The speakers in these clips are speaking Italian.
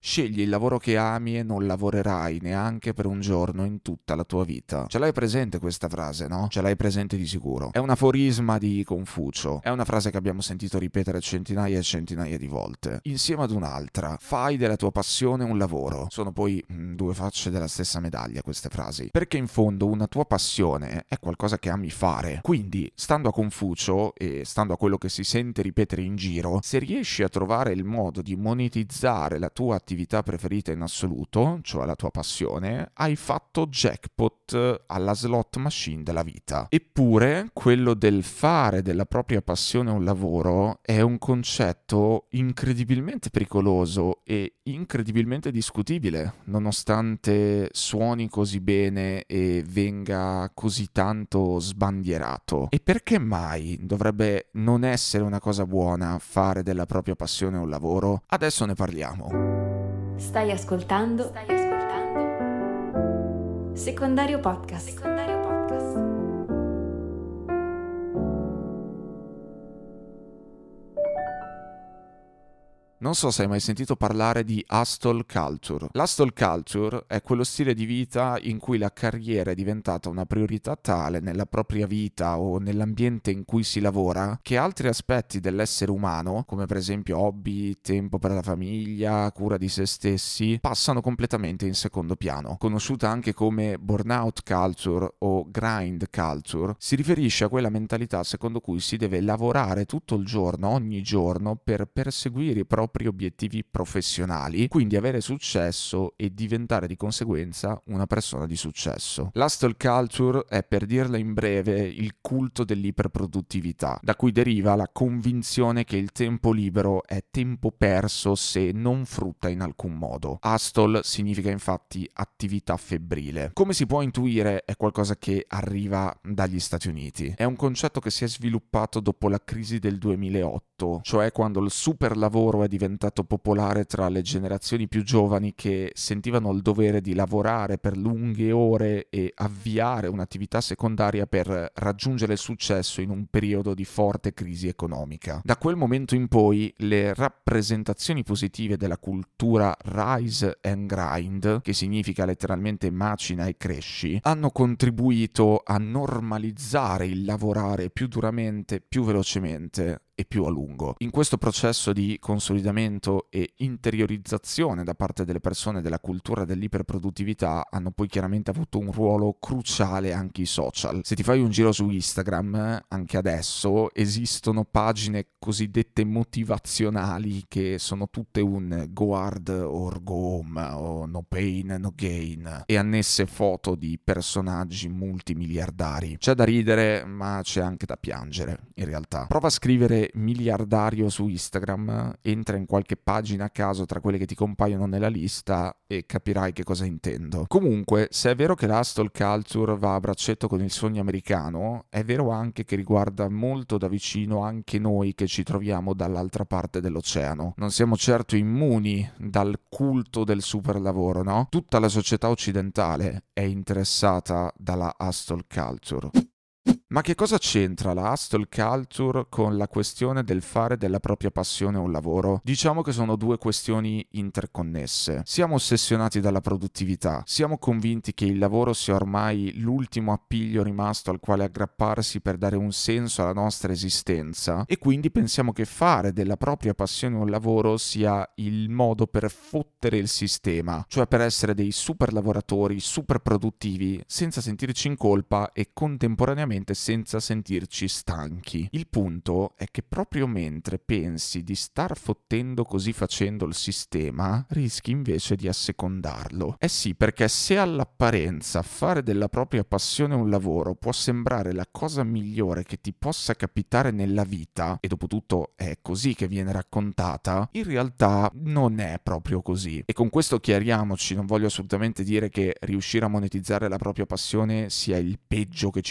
scegli il lavoro che ami e non lavorerai neanche per un giorno in tutta la tua vita. Ce l'hai presente questa frase, no? Ce l'hai presente di sicuro. È un aforisma di Confucio, è una frase che abbiamo sentito ripetere centinaia e centinaia di volte, insieme ad un'altra: fai della tua passione un lavoro. Sono poi due facce della stessa medaglia queste frasi, perché in fondo una tua passione è qualcosa che ami fare. Quindi, stando a Confucio e stando a quello che si sente ripetere in giro, se riesci a trovare il modo di monetizzare la tua attività preferita in assoluto, cioè la tua passione, hai fatto jackpot alla slot machine della vita. Eppure, quello del fare della propria passione un lavoro è un concetto incredibilmente pericoloso e incredibilmente discutibile, nonostante suoni così bene e venga così tanto sbandierato. E perché mai dovrebbe non essere una cosa buona fare della propria passione un lavoro? Adesso ne parliamo. Stai ascoltando Secondario Podcast. Non so se hai mai sentito parlare di hustle culture. L'hustle culture è quello stile di vita in cui la carriera è diventata una priorità tale nella propria vita o nell'ambiente in cui si lavora che altri aspetti dell'essere umano, come per esempio hobby, tempo per la famiglia, cura di se stessi, passano completamente in secondo piano. Conosciuta anche come burnout culture o grind culture, si riferisce a quella mentalità secondo cui si deve lavorare tutto il giorno, ogni giorno, per perseguire i propri obiettivi professionali, quindi avere successo e diventare di conseguenza una persona di successo. L'hustle culture è, per dirla in breve, il culto dell'iperproduttività, da cui deriva la convinzione che il tempo libero è tempo perso se non frutta in alcun modo. Hustle significa infatti attività febbrile. Come si può intuire, è qualcosa che arriva dagli Stati Uniti. È un concetto che si è sviluppato dopo la crisi del 2008, cioè quando il super lavoro è diventato popolare tra le generazioni più giovani che sentivano il dovere di lavorare per lunghe ore e avviare un'attività secondaria per raggiungere il successo in un periodo di forte crisi economica. Da quel momento in poi le rappresentazioni positive della cultura rise and grind, che significa letteralmente macina e cresci, hanno contribuito a normalizzare il lavorare più duramente, più velocemente e più a lungo. In questo processo di consolidamento e interiorizzazione da parte delle persone della cultura dell'iperproduttività hanno poi chiaramente avuto un ruolo cruciale anche i social. Se ti fai un giro su Instagram, anche adesso esistono pagine cosiddette motivazionali che sono tutte un go hard or go home o no pain no gain e annesse foto di personaggi multimiliardari. C'è da ridere, ma c'è anche da piangere in realtà. Prova a scrivere miliardario su Instagram, entra in qualche pagina a caso tra quelle che ti compaiono nella lista e capirai che cosa intendo. Comunque, se è vero che l'hustle culture va a braccetto con il sogno americano, è vero anche che riguarda molto da vicino anche noi che ci troviamo dall'altra parte dell'oceano. Non siamo certo immuni dal culto del super lavoro, no? Tutta la società occidentale è interessata dalla hustle culture. Ma che cosa c'entra la hustle culture con la questione del fare della propria passione un lavoro? Diciamo che sono due questioni interconnesse. Siamo ossessionati dalla produttività, siamo convinti che il lavoro sia ormai l'ultimo appiglio rimasto al quale aggrapparsi per dare un senso alla nostra esistenza e quindi pensiamo che fare della propria passione un lavoro sia il modo per fottere il sistema, cioè per essere dei super lavoratori, super produttivi, senza sentirci in colpa e contemporaneamente senza sentirci stanchi. Il punto è che proprio mentre pensi di star fottendo così facendo il sistema, rischi invece di assecondarlo. Eh sì, perché se all'apparenza fare della propria passione un lavoro può sembrare la cosa migliore che ti possa capitare nella vita, e dopotutto è così che viene raccontata, in realtà non è proprio così. E con questo chiariamoci, non voglio assolutamente dire che riuscire a monetizzare la propria passione sia il peggio che ci possa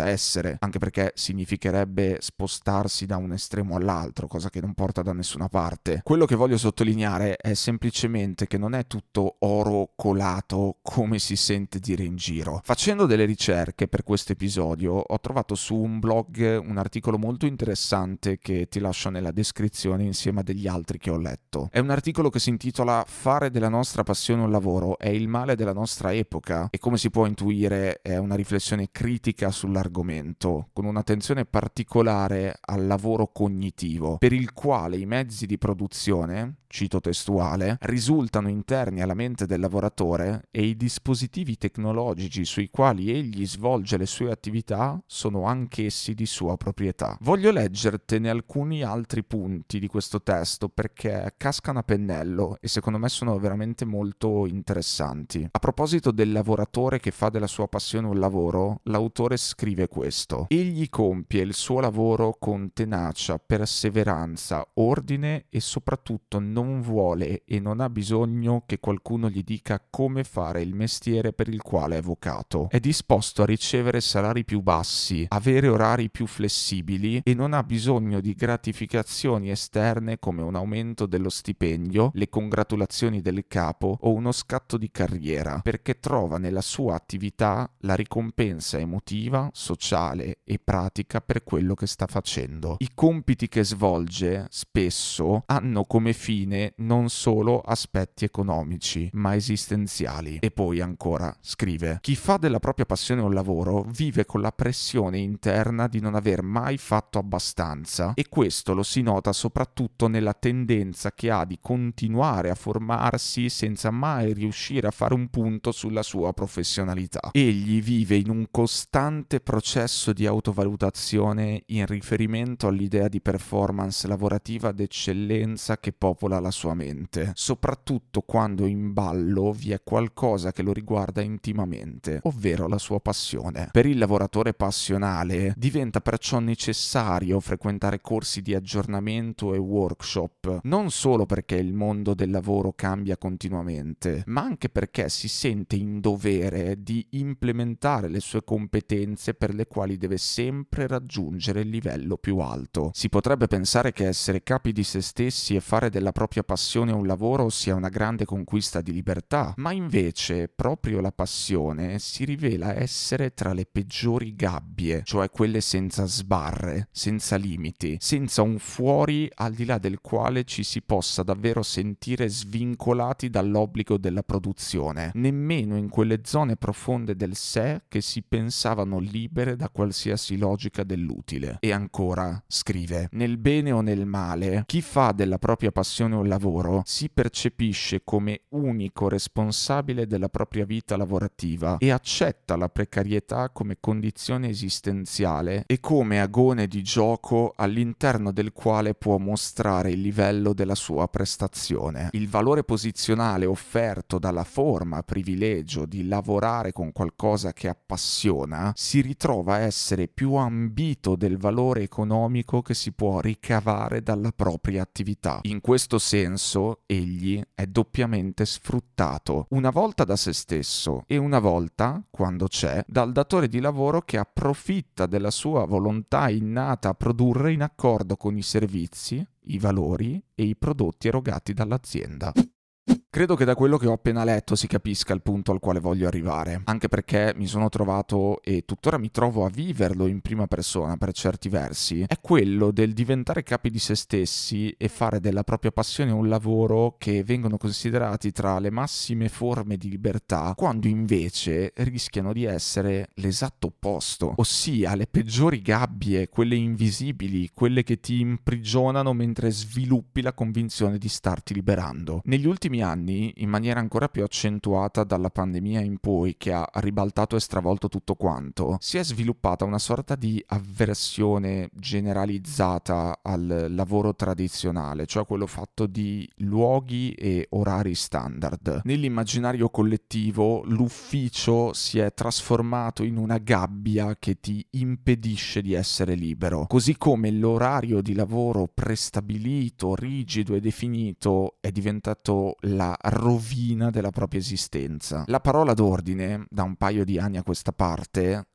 essere, anche perché significherebbe spostarsi da un estremo all'altro, cosa che non porta da nessuna parte. Quello che voglio sottolineare è semplicemente che non è tutto oro colato come si sente dire in giro. Facendo delle ricerche per questo episodio ho trovato su un blog un articolo molto interessante che ti lascio nella descrizione insieme a degli altri che ho letto. È un articolo che si intitola "Fare della nostra passione un lavoro è il male della nostra epoca", e come si può intuire è una riflessione critica sull'argomento, con un'attenzione particolare al lavoro cognitivo, per il quale i mezzi di produzione, cito testuale, risultano interni alla mente del lavoratore e i dispositivi tecnologici sui quali egli svolge le sue attività sono anch'essi di sua proprietà. Voglio leggertene alcuni altri punti di questo testo perché cascano a pennello e secondo me sono veramente molto interessanti. A proposito del lavoratore che fa della sua passione un lavoro, l'autore scrive questo: egli compie il suo lavoro con tenacia, perseveranza, ordine e soprattutto non vuole e non ha bisogno che qualcuno gli dica come fare il mestiere per il quale è vocato. È disposto a ricevere salari più bassi, avere orari più flessibili e non ha bisogno di gratificazioni esterne come un aumento dello stipendio, le congratulazioni del capo o uno scatto di carriera, perché trova nella sua attività la ricompensa emotiva, sociale e pratica per quello che sta facendo. I compiti che svolge spesso hanno come fine non solo aspetti economici, ma esistenziali. E poi ancora scrive: chi fa della propria passione un lavoro vive con la pressione interna di non aver mai fatto abbastanza, e questo lo si nota soprattutto nella tendenza che ha di continuare a formarsi senza mai riuscire a fare un punto sulla sua professionalità. Egli vive in un costante processo di autovalutazione in riferimento all'idea di performance lavorativa d'eccellenza che popola la sua mente, soprattutto quando in ballo vi è qualcosa che lo riguarda intimamente, ovvero la sua passione. Per il lavoratore passionale diventa perciò necessario frequentare corsi di aggiornamento e workshop, non solo perché il mondo del lavoro cambia continuamente, ma anche perché si sente in dovere di implementare le sue competenze per le quali deve sempre raggiungere il livello più alto. Si potrebbe pensare che essere capi di se stessi e fare della propria passione un lavoro sia una grande conquista di libertà, ma invece proprio la passione si rivela essere tra le peggiori gabbie, cioè quelle senza sbarre, senza limiti, senza un fuori al di là del quale ci si possa davvero sentire svincolati dall'obbligo della produzione, nemmeno in quelle zone profonde del sé che si pensavano libere da qualsiasi logica dell'utile. E ancora scrive: nel bene o nel male, chi fa della propria passione un lavoro si percepisce come unico responsabile della propria vita lavorativa e accetta la precarietà come condizione esistenziale e come agone di gioco all'interno del quale può mostrare il livello della sua prestazione. Il valore posizionale offerto dalla forma privilegio di lavorare con qualcosa che appassiona si ritrova a essere più ambito del valore economico che si può ricavare dalla propria attività. In questo senso, egli è doppiamente sfruttato, una volta da se stesso e una volta, quando c'è, dal datore di lavoro che approfitta della sua volontà innata a produrre in accordo con i servizi, i valori e i prodotti erogati dall'azienda. Credo che da quello che ho appena letto si capisca il punto al quale voglio arrivare, anche perché mi sono trovato e tuttora mi trovo a viverlo in prima persona per certi versi, è quello del diventare capi di se stessi e fare della propria passione un lavoro che vengono considerati tra le massime forme di libertà, quando invece rischiano di essere l'esatto opposto, ossia le peggiori gabbie, quelle invisibili, quelle che ti imprigionano mentre sviluppi la convinzione di starti liberando. Negli ultimi anni, in maniera ancora più accentuata dalla pandemia in poi, che ha ribaltato e stravolto tutto quanto, si è sviluppata una sorta di avversione generalizzata al lavoro tradizionale, cioè quello fatto di luoghi e orari standard. Nell'immaginario collettivo l'ufficio si è trasformato in una gabbia che ti impedisce di essere libero, così come l'orario di lavoro prestabilito, rigido e definito è diventato la rovina della propria esistenza. La parola d'ordine, da un paio di anni a questa parte,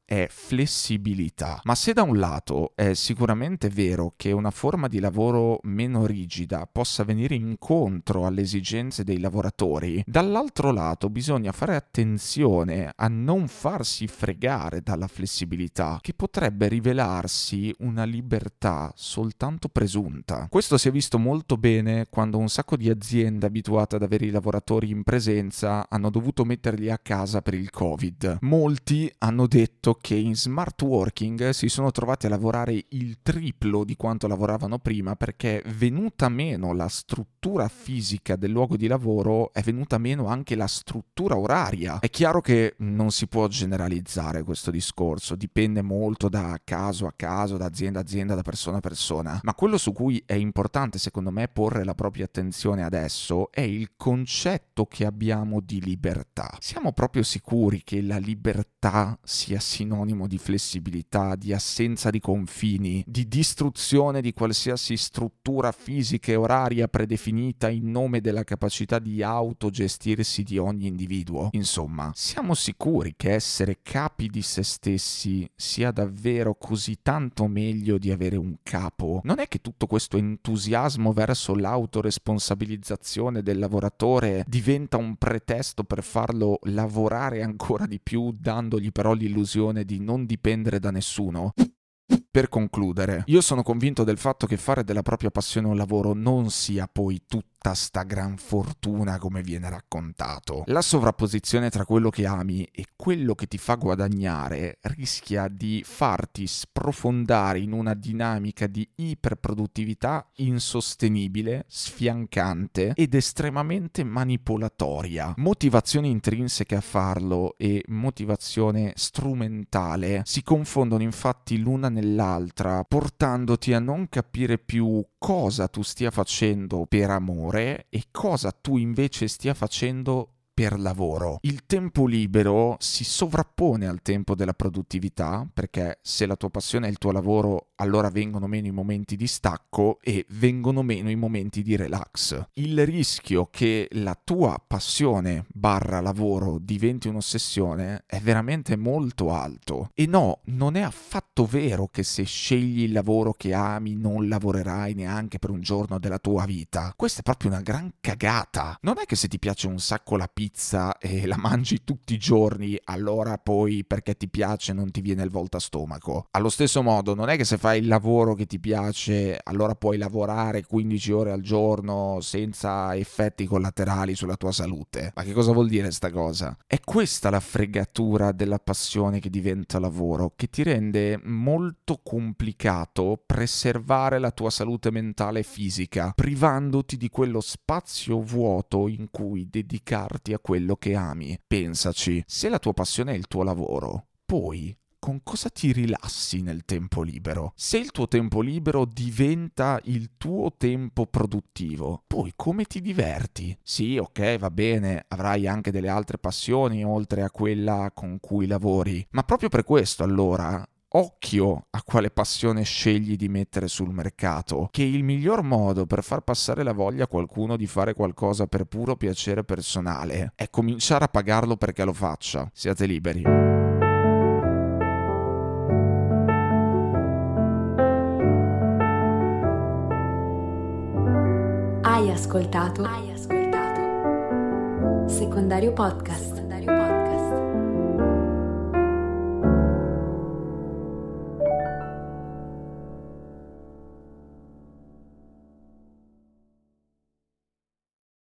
è flessibilità. Ma se da un lato è sicuramente vero che una forma di lavoro meno rigida possa venire incontro alle esigenze dei lavoratori, dall'altro lato bisogna fare attenzione a non farsi fregare dalla flessibilità, che potrebbe rivelarsi una libertà soltanto presunta. Questo si è visto molto bene quando un sacco di aziende abituate ad avere i lavoratori in presenza hanno dovuto metterli a casa per il Covid. Molti hanno detto che in smart working si sono trovati a lavorare il triplo di quanto lavoravano prima, perché venuta meno la struttura fisica del luogo di lavoro è venuta meno anche la struttura oraria. È chiaro che non si può generalizzare questo discorso, dipende molto da caso a caso, da azienda a azienda, da persona a persona, ma quello su cui è importante secondo me porre la propria attenzione adesso è il concetto che abbiamo di libertà. Siamo proprio sicuri che la libertà sia sinonimo di flessibilità, di assenza di confini, di distruzione di qualsiasi struttura fisica e oraria predefinita in nome della capacità di autogestirsi di ogni individuo? Insomma, siamo sicuri che essere capi di se stessi sia davvero così tanto meglio di avere un capo? Non è che tutto questo entusiasmo verso l'autoresponsabilizzazione del lavoratore diventa un pretesto per farlo lavorare ancora di più, dandogli però l'illusione di non dipendere da nessuno? Per concludere, io sono convinto del fatto che fare della propria passione un lavoro non sia poi tutta sta gran fortuna come viene raccontato. La sovrapposizione tra quello che ami e quello che ti fa guadagnare rischia di farti sprofondare in una dinamica di iperproduttività insostenibile, sfiancante ed estremamente manipolatoria. Motivazione intrinseca a farlo e motivazione strumentale si confondono infatti l'una nell'altra, portandoti a non capire più cosa tu stia facendo per amore e cosa tu invece stia facendo per lavoro. Il tempo libero si sovrappone al tempo della produttività, perché se la tua passione è il tuo lavoro, allora vengono meno i momenti di stacco e vengono meno i momenti di relax. Il rischio che la tua passione barra lavoro diventi un'ossessione è veramente molto alto. E no, non è affatto vero che se scegli il lavoro che ami non lavorerai neanche per un giorno della tua vita. Questa è proprio una gran cagata. Non è che se ti piace un sacco la pizza e la mangi tutti i giorni, allora poi perché ti piace non ti viene il voltastomaco. Allo stesso modo, non è che se fai il lavoro che ti piace, allora puoi lavorare 15 ore al giorno senza effetti collaterali sulla tua salute. Ma che cosa vuol dire sta cosa? È questa la fregatura della passione che diventa lavoro, che ti rende molto complicato preservare la tua salute mentale e fisica, privandoti di quello spazio vuoto in cui dedicarti a quello che ami. Pensaci, se la tua passione è il tuo lavoro, poi con cosa ti rilassi nel tempo libero? Se il tuo tempo libero diventa il tuo tempo produttivo, poi come ti diverti? Sì, ok, va bene, avrai anche delle altre passioni oltre a quella con cui lavori, ma proprio per questo allora occhio a quale passione scegli di mettere sul mercato, che il miglior modo per far passare la voglia a qualcuno di fare qualcosa per puro piacere personale è cominciare a pagarlo perché lo faccia. Siate liberi. Hai ascoltato Secondario Podcast.